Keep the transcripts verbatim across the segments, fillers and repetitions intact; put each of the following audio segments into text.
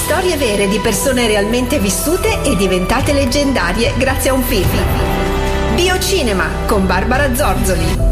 Storie vere di persone realmente vissute e diventate leggendarie grazie a un film. Biocinema con Barbara Zorzoli.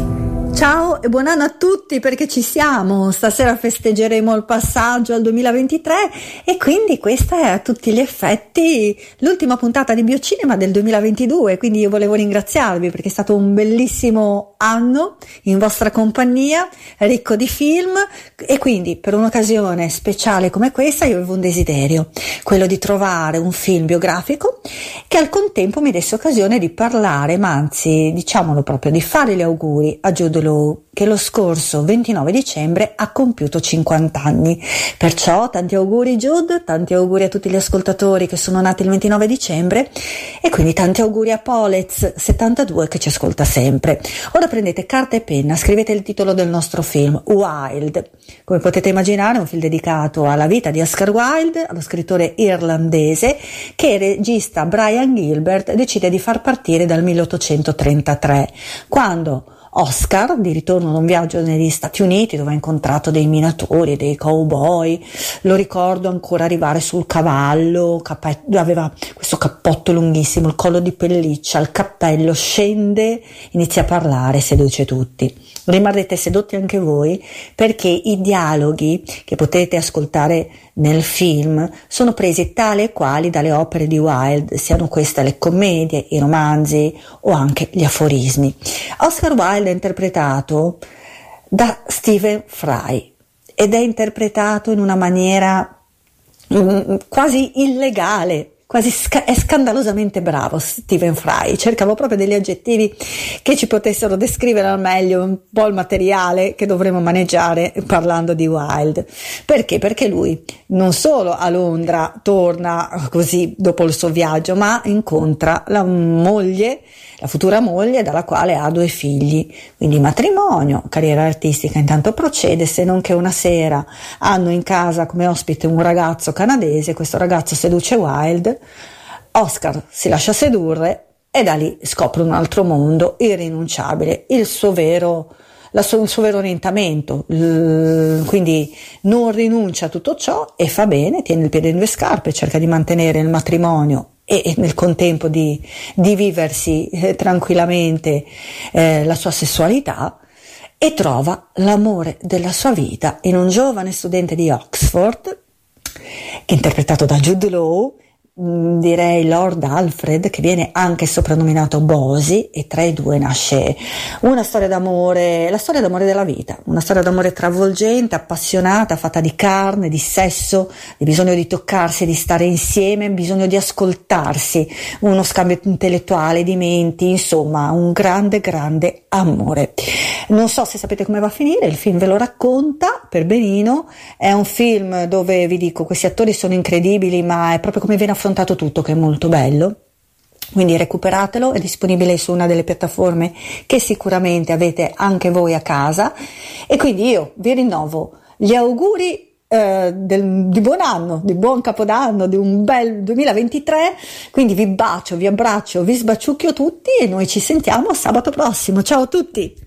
Ciao e buon anno a tutti, perché ci siamo. Stasera festeggeremo il passaggio al duemilaventitré e quindi questa è a tutti gli effetti l'ultima puntata di Biocinema del duemilaventidue, quindi io volevo ringraziarvi perché è stato un bellissimo anno in vostra compagnia, ricco di film, e quindi per un'occasione speciale come questa io avevo un desiderio, quello di trovare un film biografico che al contempo mi desse occasione di parlare, ma anzi diciamolo proprio, di fare gli auguri a Jude Law, che lo scorso ventinove dicembre ha compiuto cinquanta anni. Perciò tanti auguri Jude, tanti auguri a tutti gli ascoltatori che sono nati il ventinove dicembre e quindi tanti auguri a Polez settantadue che ci ascolta sempre. Ora prendete carta e penna, scrivete il titolo del nostro film, Wilde. Come potete immaginare è un film dedicato alla vita di Oscar Wilde, allo scrittore irlandese che il regista Brian Gilbert decide di far partire dal milleottocentotrentatré, quando Oscar, di ritorno da un viaggio negli Stati Uniti dove ha incontrato dei minatori, dei cowboy, lo ricordo ancora arrivare sul cavallo, cappello, aveva questo cappotto lunghissimo, il collo di pelliccia, il cappello, scende, inizia a parlare, seduce tutti. Rimarrete sedotti anche voi perché i dialoghi che potete ascoltare nel film sono presi tali e quali dalle opere di Wilde, siano queste le commedie, i romanzi o anche gli aforismi. Oscar Wilde è interpretato da Stephen Fry ed è interpretato in una maniera mm, quasi illegale. Quasi sca- è scandalosamente bravo Stephen Fry. Cercavo proprio degli aggettivi che ci potessero descrivere al meglio un po' il materiale che dovremo maneggiare parlando di Wilde. Perché? Perché lui non solo a Londra torna così dopo il suo viaggio, ma incontra la moglie, la futura moglie dalla quale ha due figli. Quindi matrimonio, carriera artistica intanto procede, se non che una sera hanno in casa come ospite un ragazzo canadese, questo ragazzo seduce Wilde, Oscar si lascia sedurre e da lì scopre un altro mondo irrinunciabile, il suo vero, la sua, il suo vero orientamento, l, quindi non rinuncia a tutto ciò e fa bene, tiene il piede in due scarpe, cerca di mantenere il matrimonio e, e nel contempo di, di viversi eh, tranquillamente eh, la sua sessualità, e trova l'amore della sua vita in un giovane studente di Oxford che è interpretato da Jude Law, direi Lord Alfred, che viene anche soprannominato Bosie, e tra i due nasce una storia d'amore, la storia d'amore della vita, una storia d'amore travolgente, appassionata, fatta di carne, di sesso, di bisogno di toccarsi, di stare insieme, bisogno di ascoltarsi, uno scambio intellettuale di menti, insomma un grande grande amore. Non so se sapete come va a finire, il film ve lo racconta per benino, è un film dove vi dico questi attori sono incredibili, ma è proprio come viene affrontato tutto che è molto bello. Quindi recuperatelo, è disponibile su una delle piattaforme che sicuramente avete anche voi a casa, e quindi io vi rinnovo gli auguri eh, del, di buon anno, di buon capodanno, di un bel duemilaventitré, quindi vi bacio, vi abbraccio, vi sbaciucchio tutti e noi ci sentiamo sabato prossimo. Ciao a tutti!